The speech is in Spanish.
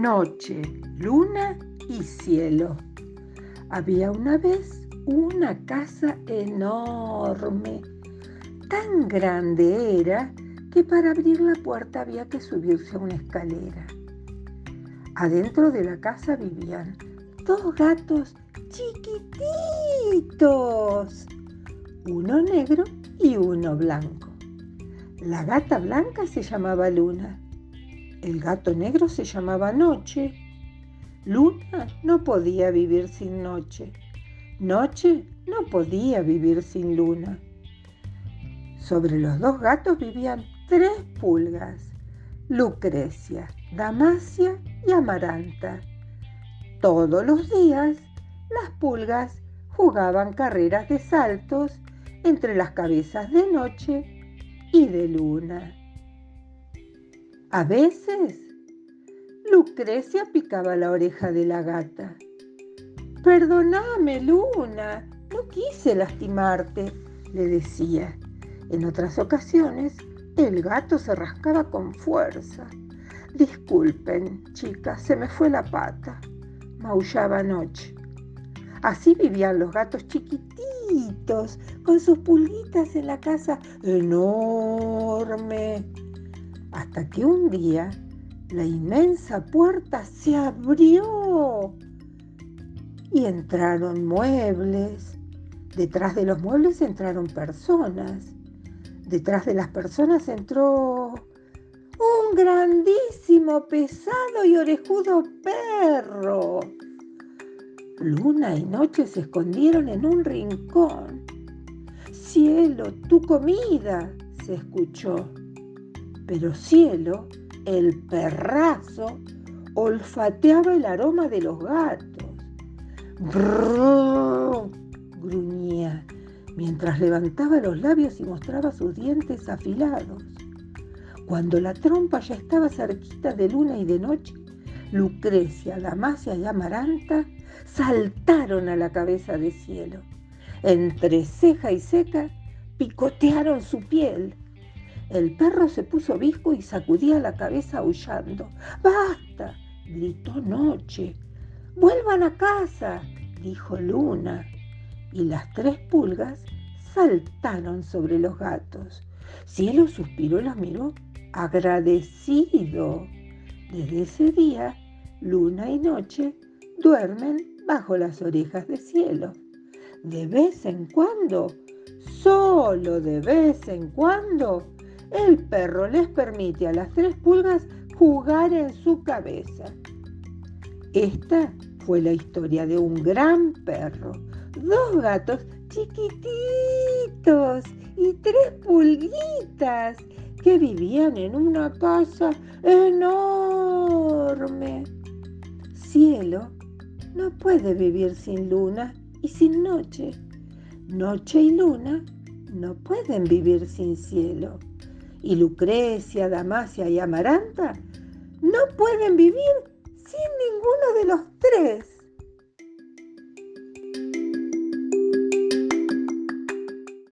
Noche, luna y cielo. Había una vez una casa enorme. Tan grande era que para abrir la puerta había que subirse a una escalera. Adentro de la casa vivían 2 gatos chiquititos, uno negro y uno blanco. La gata blanca se llamaba Luna. El gato negro se llamaba Noche. Luna no podía vivir sin Noche. Noche no podía vivir sin Luna. Sobre los 2 gatos vivían 3 pulgas: Lucrecia, Damasia y Amaranta. Todos los días las pulgas jugaban carreras de saltos entre las cabezas de Noche y de Luna. A veces, Lucrecia picaba la oreja de la gata. «Perdóname, Luna, no quise lastimarte», le decía. En otras ocasiones, el gato se rascaba con fuerza. «Disculpen, chicas, se me fue la pata», maullaba Noche. Así vivían los gatos chiquititos, con sus pulguitas en la casa enorme. Hasta que un día la inmensa puerta se abrió y entraron muebles. Detrás de los muebles entraron personas. Detrás de las personas entró un grandísimo, pesado y orejudo perro. Luna y Noche se escondieron en un rincón. «Cielo, tu comida», se escuchó. Pero Cielo, el perrazo, olfateaba el aroma de los gatos. «Brrr», gruñía, mientras levantaba los labios y mostraba sus dientes afilados. Cuando la trompa ya estaba cerquita de Luna y de Noche, Lucrecia, Damasia y Amaranta saltaron a la cabeza de Cielo. Entre ceja y ceja picotearon su piel. El perro se puso visco y sacudía la cabeza aullando. «¡Basta!», gritó Noche. «¡Vuelvan a casa!», dijo Luna. Y las 3 pulgas saltaron sobre los gatos. Cielo suspiró y los miró agradecido. Desde ese día, Luna y Noche duermen bajo las orejas de Cielo. De vez en cuando, solo de vez en cuando, el perro les permite a las 3 pulgas jugar en su cabeza. Esta fue la historia de un gran perro, 2 gatos chiquititos y 3 pulguitas que vivían en una casa enorme. Cielo no puede vivir sin Luna y sin Noche. Noche y Luna no pueden vivir sin Cielo. Y Lucrecia, Damasia y Amaranta no pueden vivir sin ninguno de los 3.